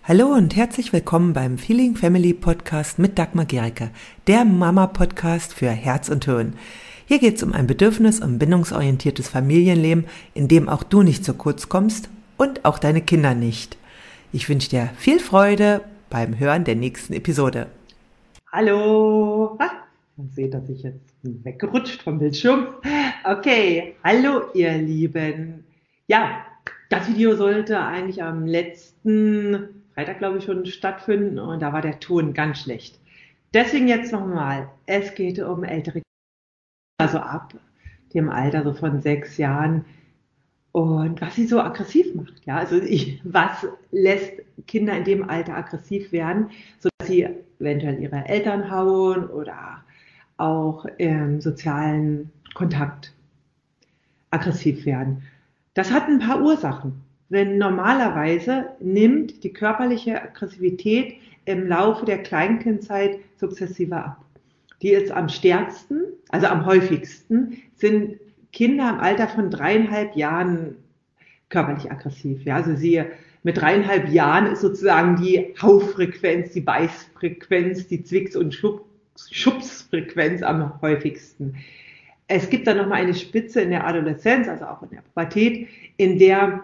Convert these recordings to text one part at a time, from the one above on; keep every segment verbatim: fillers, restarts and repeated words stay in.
Hallo und herzlich willkommen beim Feeling Family Podcast mit Dagmar Gericke, der Mama-Podcast für Herz und Hirn. Hier geht es um ein bedürfnis- und bindungsorientiertes Familienleben, in dem auch du nicht zu kurz kommst und auch deine Kinder nicht. Ich wünsche dir viel Freude beim Hören der nächsten Episode. Hallo! Ah, man sieht, dass ich jetzt weggerutscht vom Bildschirm. Okay, hallo ihr Lieben. Ja, das Video sollte eigentlich am letzten Freitag, glaube ich, schon stattfinden und da war der Ton ganz schlecht. Deswegen jetzt nochmal, es geht um ältere Kinder, also ab dem Alter so von sechs Jahren und was sie so aggressiv macht. Ja, also ich, was lässt Kinder in dem Alter aggressiv werden, sodass sie eventuell ihre Eltern hauen oder auch im sozialen Kontakt aggressiv werden. Das hat ein paar Ursachen. Denn normalerweise nimmt die körperliche Aggressivität im Laufe der Kleinkindzeit sukzessive ab. Die ist am stärksten, also am häufigsten, sind Kinder im Alter von dreieinhalb Jahren körperlich aggressiv. Ja, also sie mit dreieinhalb Jahren ist sozusagen die Haufrequenz, die Beißfrequenz, die Zwicks- und Schubsfrequenz am häufigsten. Es gibt dann nochmal eine Spitze in der Adoleszenz, also auch in der Pubertät, in der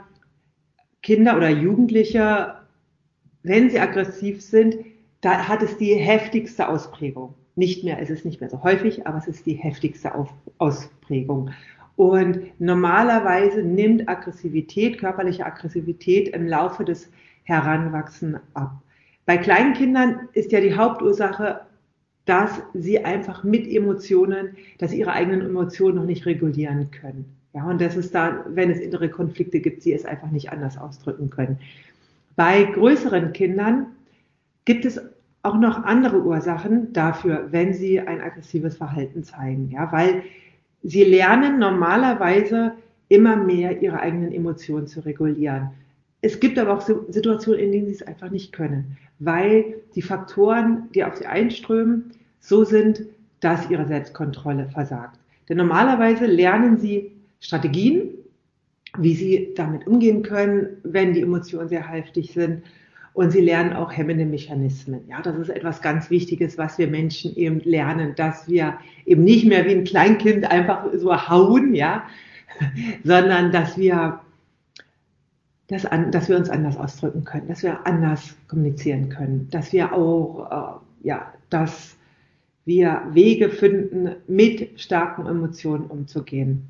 Kinder oder Jugendliche, wenn sie aggressiv sind, da hat es die heftigste Ausprägung. Nicht mehr, es ist nicht mehr so häufig, aber es ist die heftigste Ausprägung. Und normalerweise nimmt Aggressivität, körperliche Aggressivität im Laufe des Heranwachsens ab. Bei kleinen Kindern ist ja die Hauptursache, dass sie einfach mit Emotionen, dass sie ihre eigenen Emotionen noch nicht regulieren können. Ja, und das ist da, wenn es innere Konflikte gibt, sie es einfach nicht anders ausdrücken können. Bei größeren Kindern gibt es auch noch andere Ursachen dafür, wenn sie ein aggressives Verhalten zeigen. Ja, weil sie lernen normalerweise immer mehr ihre eigenen Emotionen zu regulieren. Es gibt aber auch Situationen, in denen sie es einfach nicht können, weil die Faktoren, die auf sie einströmen, so sind, dass ihre Selbstkontrolle versagt. Denn normalerweise lernen sie Strategien, wie sie damit umgehen können, wenn die Emotionen sehr heftig sind. Und sie lernen auch hemmende Mechanismen. Ja, das ist etwas ganz Wichtiges, was wir Menschen eben lernen, dass wir eben nicht mehr wie ein Kleinkind einfach so hauen, ja, sondern dass wir, dass, an, dass wir uns anders ausdrücken können, dass wir anders kommunizieren können, dass wir auch, äh, ja, dass wir Wege finden, mit starken Emotionen umzugehen.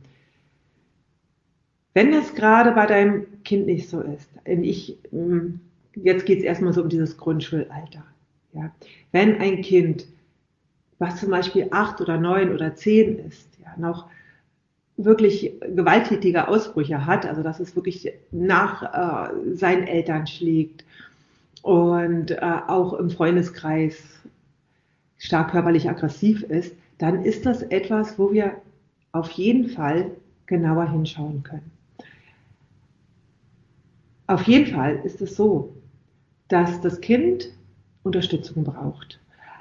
Wenn das gerade bei deinem Kind nicht so ist, ich, jetzt geht es erstmal so um dieses Grundschulalter. Ja. Wenn ein Kind, was zum Beispiel acht oder neun oder zehn ist, ja, noch wirklich gewalttätige Ausbrüche hat, also dass es wirklich nach äh, seinen Eltern schlägt und äh, auch im Freundeskreis stark körperlich aggressiv ist, dann ist das etwas, wo wir auf jeden Fall genauer hinschauen können. Auf jeden Fall ist es so, dass das Kind Unterstützung braucht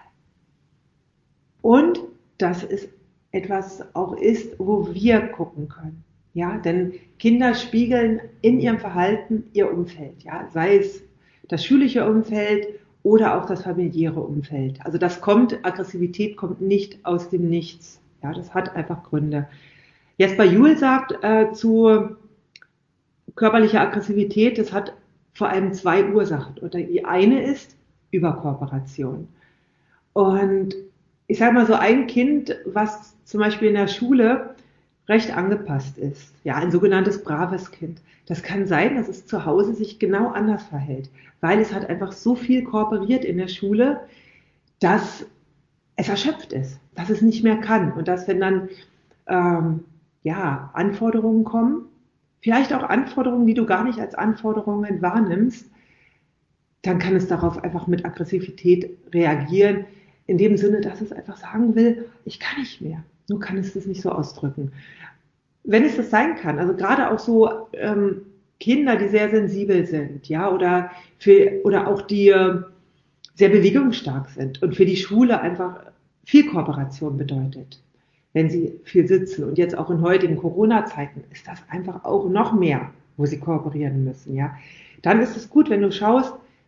und dass es etwas auch ist, wo wir gucken können. Ja, denn Kinder spiegeln in ihrem Verhalten ihr Umfeld, ja, sei es das schulische Umfeld oder auch das familiäre Umfeld. Also das kommt, Aggressivität kommt nicht aus dem Nichts. Ja, das hat einfach Gründe. Jesper Juhl sagt äh, zu körperlicher Aggressivität, das hat vor allem zwei Ursachen. Und die eine ist Überkooperation. Und ich sage mal so, ein Kind, was zum Beispiel in der Schule recht angepasst ist, ja, ein sogenanntes braves Kind, das kann sein, dass es zu Hause sich genau anders verhält, weil es hat einfach so viel kooperiert in der Schule, dass es erschöpft ist, dass es nicht mehr kann. Und dass, wenn dann ähm, ja, Anforderungen kommen, vielleicht auch Anforderungen, die du gar nicht als Anforderungen wahrnimmst, dann kann es darauf einfach mit Aggressivität reagieren, in dem Sinne, dass es einfach sagen will, ich kann nicht mehr, nur kann es das nicht so ausdrücken. Wenn es das sein kann, also gerade auch so ähm, Kinder, die sehr sensibel sind, ja, oder, für, oder auch die äh, sehr bewegungsstark sind und für die Schule einfach viel Kooperation bedeutet, wenn sie viel sitzen. Und jetzt auch in heutigen Corona-Zeiten ist das einfach auch noch mehr, wo sie kooperieren müssen. Ja, dann ist es gut, wenn du schaust,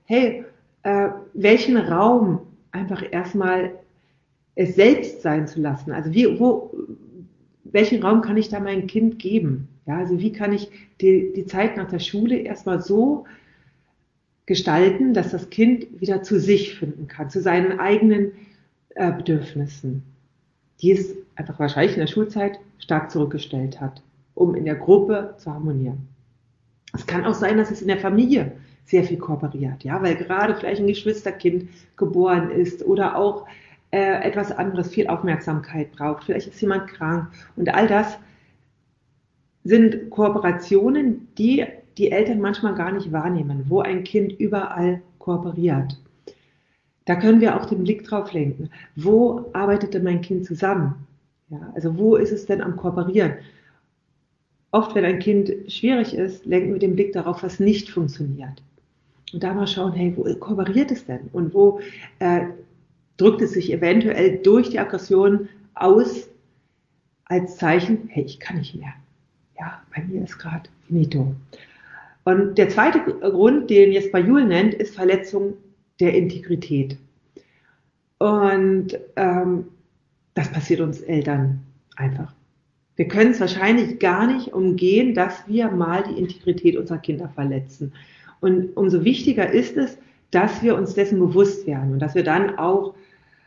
hey, äh, welchen Raum einfach erstmal es selbst sein zu lassen. Also wie, wo, welchen Raum kann ich da meinem Kind geben? Ja, also wie kann ich die, die Zeit nach der Schule erstmal so gestalten, dass das Kind wieder zu sich finden kann, zu seinen eigenen äh, Bedürfnissen, die es einfach wahrscheinlich in der Schulzeit stark zurückgestellt hat, um in der Gruppe zu harmonieren. Es kann auch sein, dass es in der Familie sehr viel kooperiert, ja, weil gerade vielleicht ein Geschwisterkind geboren ist oder auch äh, etwas anderes viel Aufmerksamkeit braucht. Vielleicht ist jemand krank und all das sind Kooperationen, die die Eltern manchmal gar nicht wahrnehmen, wo ein Kind überall kooperiert. Da können wir auch den Blick drauf lenken. Wo arbeitet denn mein Kind zusammen? Ja, also wo ist es denn am Kooperieren? Oft, wenn ein Kind schwierig ist, lenken wir den Blick darauf, was nicht funktioniert. Und da mal schauen, hey, wo kooperiert es denn? Und wo äh, drückt es sich eventuell durch die Aggression aus als Zeichen, hey, ich kann nicht mehr. Ja, bei mir ist gerade finito. Und der zweite Grund, den Jesper Juhl nennt, ist Verletzung der Integrität. Und ähm, das passiert uns Eltern einfach. Wir können es wahrscheinlich gar nicht umgehen, dass wir mal die Integrität unserer Kinder verletzen. Und umso wichtiger ist es, dass wir uns dessen bewusst werden und dass wir dann auch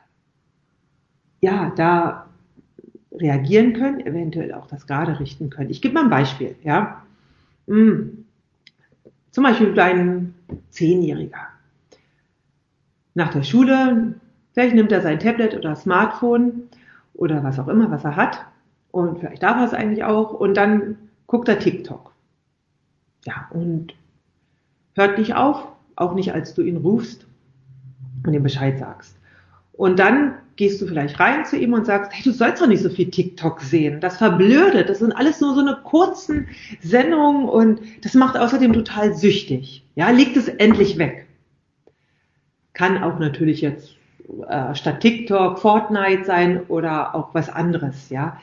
ja, da reagieren können, eventuell auch das gerade richten können. Ich gebe mal ein Beispiel. Ja? Hm. Zum Beispiel dein Zehnjähriger. Nach der Schule, vielleicht nimmt er sein Tablet oder Smartphone oder was auch immer, was er hat. Und vielleicht darf er es eigentlich auch. Und dann guckt er TikTok. Ja, und hört nicht auf, auch nicht, als du ihn rufst und ihm Bescheid sagst. Und dann gehst du vielleicht rein zu ihm und sagst, hey, du sollst doch nicht so viel TikTok sehen. Das verblödet. Das sind alles nur so eine kurzen Sendungen und das macht außerdem total süchtig. Ja, legt es endlich weg. Kann auch natürlich jetzt äh, statt TikTok Fortnite sein oder auch was anderes. Ja.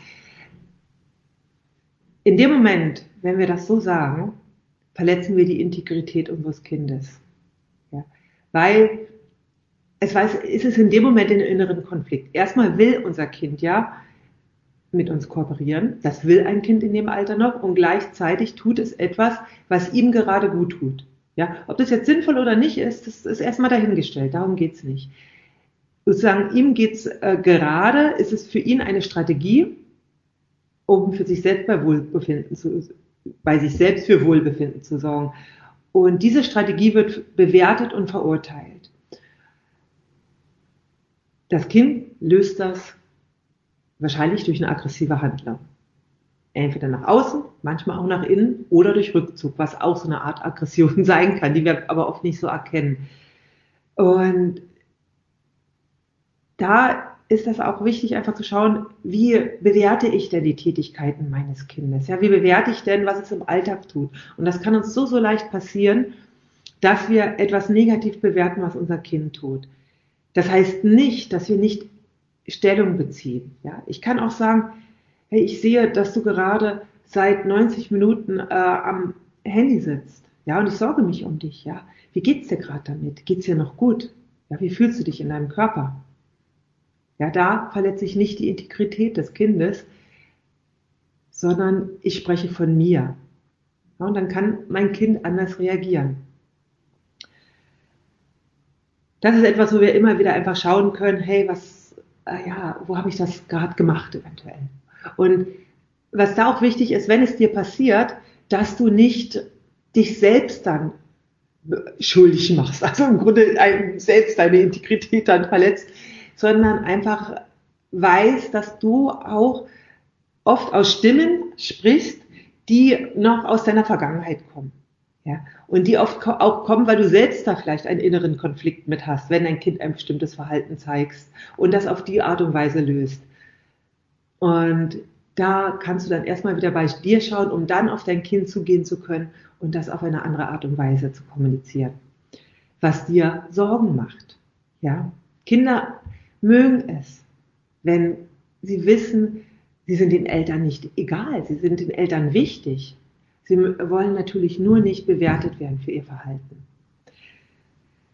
In dem Moment, wenn wir das so sagen, verletzen wir die Integrität unseres Kindes. Ja. Weil es weiß, ist es in dem Moment in einem inneren Konflikt. Erstmal will unser Kind ja mit uns kooperieren. Das will ein Kind in dem Alter noch und gleichzeitig tut es etwas, was ihm gerade gut tut. Ja, ob das jetzt sinnvoll oder nicht ist, das ist erstmal dahingestellt. Darum geht es nicht. Sozusagen ihm geht es äh, gerade, ist es für ihn eine Strategie, um für sich selbst bei Wohlbefinden zu, bei sich selbst für Wohlbefinden zu sorgen. Und diese Strategie wird bewertet und verurteilt. Das Kind löst das wahrscheinlich durch eine aggressive Handlung. Entweder nach außen, manchmal auch nach innen oder durch Rückzug, was auch so eine Art Aggression sein kann, die wir aber oft nicht so erkennen. Und da ist das auch wichtig, einfach zu schauen, wie bewerte ich denn die Tätigkeiten meines Kindes? Ja, wie bewerte ich denn, was es im Alltag tut? Und das kann uns so, so leicht passieren, dass wir etwas negativ bewerten, was unser Kind tut. Das heißt nicht, dass wir nicht Stellung beziehen. Ja, ich kann auch sagen, hey, ich sehe, dass du gerade seit neunzig Minuten äh, am Handy sitzt. Ja, und ich sorge mich um dich. Ja, wie geht's dir gerade damit? Geht's dir noch gut? Ja, wie fühlst du dich in deinem Körper? Ja, da verletze ich nicht die Integrität des Kindes, sondern ich spreche von mir. Ja, und dann kann mein Kind anders reagieren. Das ist etwas, wo wir immer wieder einfach schauen können, hey, was, äh, ja, wo habe ich das gerade gemacht eventuell? Und was da auch wichtig ist, wenn es dir passiert, dass du nicht dich selbst dann schuldig machst, also im Grunde selbst deine Integrität dann verletzt, sondern einfach weißt, dass du auch oft aus Stimmen sprichst, die noch aus deiner Vergangenheit kommen. Ja? Und die oft auch kommen, weil du selbst da vielleicht einen inneren Konflikt mit hast, wenn dein Kind ein bestimmtes Verhalten zeigst und das auf die Art und Weise löst. Und da kannst du dann erstmal wieder bei dir schauen, um dann auf dein Kind zugehen zu können und das auf eine andere Art und Weise zu kommunizieren, was dir Sorgen macht. Ja? Kinder mögen es, wenn sie wissen, sie sind den Eltern nicht egal, sie sind den Eltern wichtig. Sie wollen natürlich nur nicht bewertet werden für ihr Verhalten.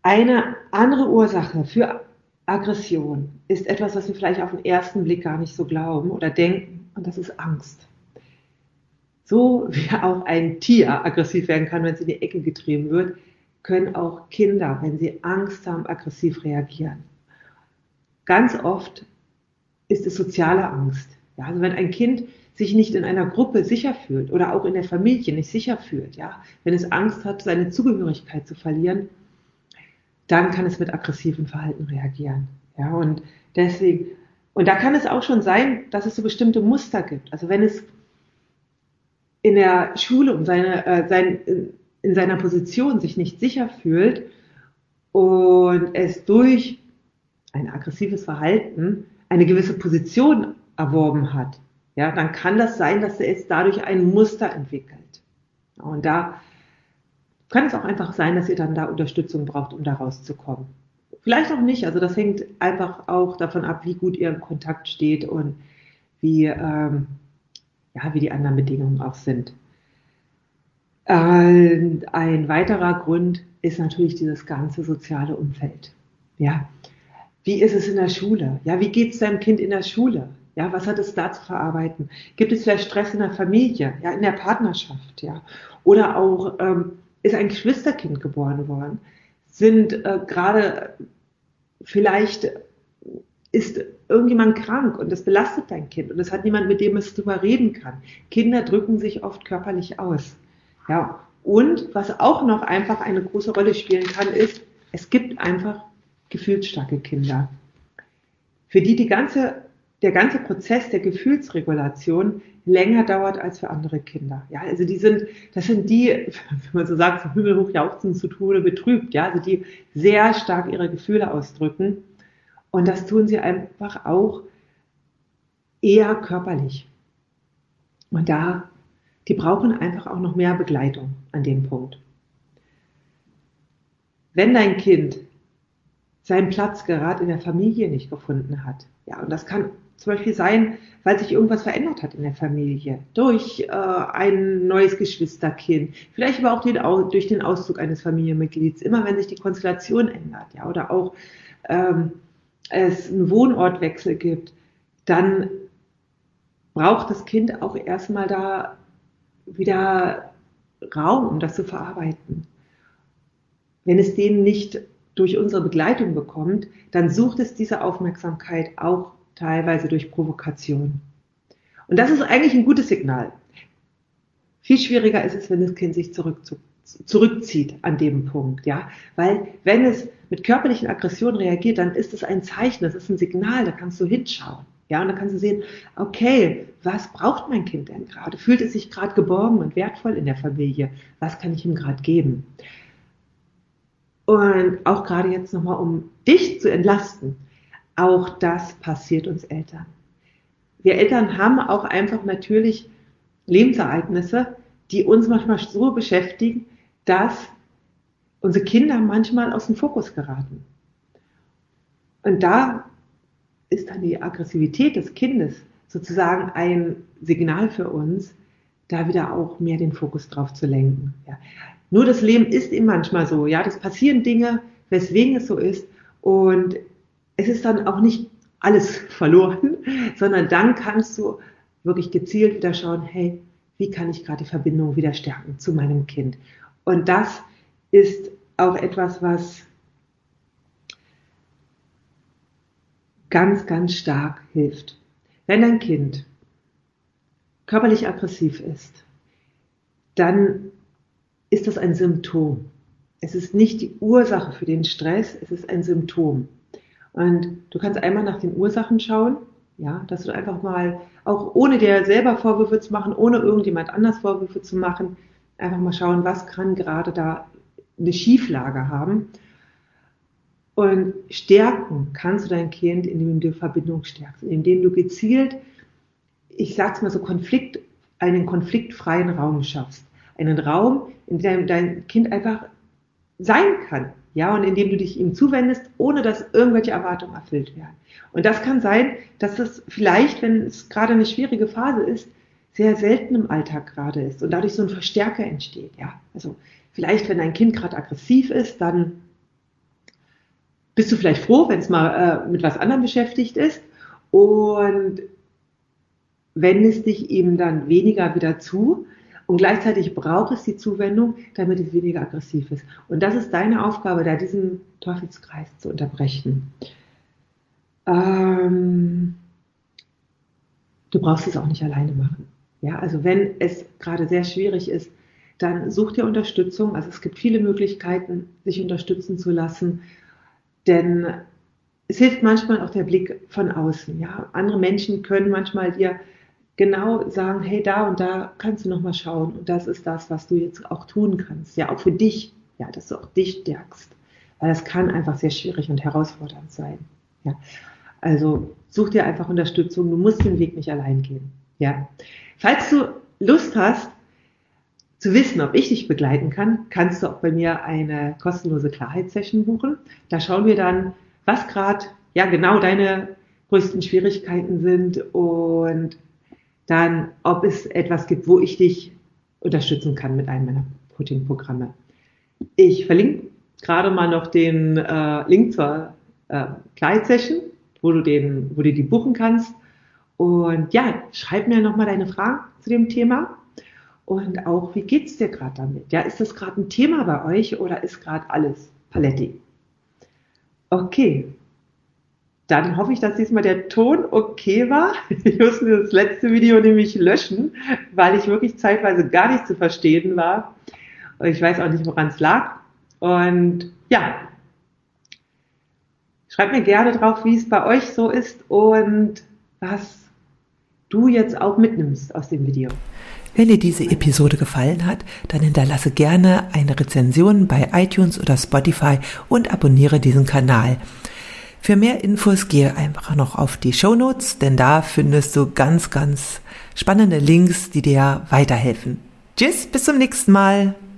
Eine andere Ursache für Aggression ist etwas, was wir vielleicht auf den ersten Blick gar nicht so glauben oder denken, und das ist Angst. So wie auch ein Tier aggressiv werden kann, wenn es in die Ecke getrieben wird, können auch Kinder, wenn sie Angst haben, aggressiv reagieren. Ganz oft ist es soziale Angst. Ja, also wenn ein Kind sich nicht in einer Gruppe sicher fühlt oder auch in der Familie nicht sicher fühlt, ja, wenn es Angst hat, seine Zugehörigkeit zu verlieren, dann kann es mit aggressivem Verhalten reagieren. Ja, und deswegen, und da kann es auch schon sein, dass es so bestimmte Muster gibt. Also wenn es in der Schule um seine, äh, sein, in seiner Position sich nicht sicher fühlt und es durch ein aggressives Verhalten eine gewisse Position erworben hat, ja, dann kann das sein, dass er jetzt dadurch ein Muster entwickelt. Und da kann es auch einfach sein, dass ihr dann da Unterstützung braucht, um da rauszukommen. Vielleicht auch nicht, also das hängt einfach auch davon ab, wie gut ihr in Kontakt steht und wie, ähm, ja, wie die anderen Bedingungen auch sind. Äh, ein weiterer Grund ist natürlich dieses ganze soziale Umfeld. Ja, wie ist es in der Schule? Ja, wie geht es deinem Kind in der Schule? Ja, was hat es da zu verarbeiten? Gibt es vielleicht Stress in der Familie, ja, in der Partnerschaft, ja? Oder auch, ähm, ist ein Geschwisterkind geboren worden? Sind äh, gerade, vielleicht ist irgendjemand krank und das belastet dein Kind und es hat niemand, mit dem es drüber reden kann. Kinder drücken sich oft körperlich aus. Ja, und was auch noch einfach eine große Rolle spielen kann, ist, es gibt einfach gefühlsstarke Kinder, für die, die ganze, der ganze Prozess der Gefühlsregulation länger dauert als für andere Kinder. Ja, also die sind, das sind die, wenn man so sagt, vom Himmel hoch jauchzen zu Tode betrübt, ja, also die sehr stark ihre Gefühle ausdrücken. Und das tun sie einfach auch eher körperlich. Und da, die brauchen einfach auch noch mehr Begleitung an dem Punkt. Wenn dein Kind seinen Platz gerade in der Familie nicht gefunden hat, ja, und das kann zum Beispiel sein, weil sich irgendwas verändert hat in der Familie, durch äh, ein neues Geschwisterkind, vielleicht aber auch den, durch den Auszug eines Familienmitglieds, immer wenn sich die Konstellation ändert, ja, oder auch ähm, es einen Wohnortwechsel gibt, dann braucht das Kind auch erstmal da wieder Raum, um das zu verarbeiten. Wenn es den nicht durch unsere Begleitung bekommt, dann sucht es diese Aufmerksamkeit auch teilweise durch Provokation. Und das ist eigentlich ein gutes Signal. Viel schwieriger ist es, wenn das Kind sich zurück, zurückzieht an dem Punkt, ja, weil wenn es mit körperlichen Aggressionen reagiert, dann ist es ein Zeichen, das ist ein Signal, da kannst du hinschauen, ja, und da kannst du sehen, okay, was braucht mein Kind denn gerade? Fühlt es sich gerade geborgen und wertvoll in der Familie? Was kann ich ihm gerade geben? Und auch gerade jetzt nochmal, um dich zu entlasten, auch das passiert uns Eltern. Wir Eltern haben auch einfach natürlich Lebensereignisse, die uns manchmal so beschäftigen, dass unsere Kinder manchmal aus dem Fokus geraten. Und da ist dann die Aggressivität des Kindes sozusagen ein Signal für uns, da wieder auch mehr den Fokus drauf zu lenken. Ja. Nur das Leben ist eben manchmal so, ja, das passieren Dinge, weswegen es so ist, und es ist dann auch nicht alles verloren, sondern dann kannst du wirklich gezielt wieder schauen, hey, wie kann ich gerade die Verbindung wieder stärken zu meinem Kind? Und das ist auch etwas, was ganz, ganz stark hilft. Wenn dein Kind körperlich aggressiv ist, dann ist das ein Symptom. Es ist nicht die Ursache für den Stress, es ist ein Symptom. Und du kannst einmal nach den Ursachen schauen, ja, dass du einfach mal, auch ohne dir selber Vorwürfe zu machen, ohne irgendjemand anders Vorwürfe zu machen, einfach mal schauen, was kann gerade da eine Schieflage haben. Und stärken kannst du dein Kind, indem du Verbindung stärkst, indem du gezielt, ich sag's mal so, Konflikt, einen konfliktfreien Raum schaffst. Einen Raum, in dem dein Kind einfach sein kann, ja, und in dem du dich ihm zuwendest, ohne dass irgendwelche Erwartungen erfüllt werden. Und das kann sein, dass es vielleicht, wenn es gerade eine schwierige Phase ist, sehr selten im Alltag gerade ist und dadurch so ein Verstärker entsteht, ja. Also vielleicht, wenn dein Kind gerade aggressiv ist, dann bist du vielleicht froh, wenn es mal äh, mit was anderem beschäftigt ist und wendest dich ihm dann weniger wieder zu und gleichzeitig braucht es die Zuwendung, damit es weniger aggressiv ist. Und das ist deine Aufgabe, da diesen Teufelskreis zu unterbrechen. Ähm, du brauchst es auch nicht alleine machen. Ja, also wenn es gerade sehr schwierig ist, dann such dir Unterstützung. Also es gibt viele Möglichkeiten, sich unterstützen zu lassen, denn es hilft manchmal auch der Blick von außen. Ja, andere Menschen können manchmal dir genau sagen, hey, da und da kannst du noch mal schauen und das ist das, was du jetzt auch tun kannst. Ja, auch für dich, ja, dass du auch dich stärkst, weil das kann einfach sehr schwierig und herausfordernd sein. Ja, also such dir einfach Unterstützung. Du musst den Weg nicht allein gehen. Ja, falls du Lust hast, zu wissen, ob ich dich begleiten kann, kannst du auch bei mir eine kostenlose Klarheitssession buchen. Da schauen wir dann, was gerade ja genau deine größten Schwierigkeiten sind und dann, ob es etwas gibt, wo ich dich unterstützen kann mit einem meiner Coaching-Programme. Ich verlinke gerade mal noch den äh, Link zur äh, Klarheitssession, wo du den, wo du die buchen kannst. Und ja, schreib mir nochmal deine Fragen zu dem Thema. Und auch, wie geht es dir gerade damit? Ja, ist das gerade ein Thema bei euch oder ist gerade alles Paletti? Okay, dann hoffe ich, dass diesmal der Ton okay war. Ich musste das letzte Video nämlich löschen, weil ich wirklich zeitweise gar nicht zu verstehen war. Und ich weiß auch nicht, woran es lag. Und ja, schreibt mir gerne drauf, wie es bei euch so ist und was du jetzt auch mitnimmst aus dem Video. Wenn dir diese Episode gefallen hat, dann hinterlasse gerne eine Rezension bei iTunes oder Spotify und abonniere diesen Kanal. Für mehr Infos gehe einfach noch auf die Shownotes, denn da findest du ganz, ganz spannende Links, die dir weiterhelfen. Tschüss, bis zum nächsten Mal.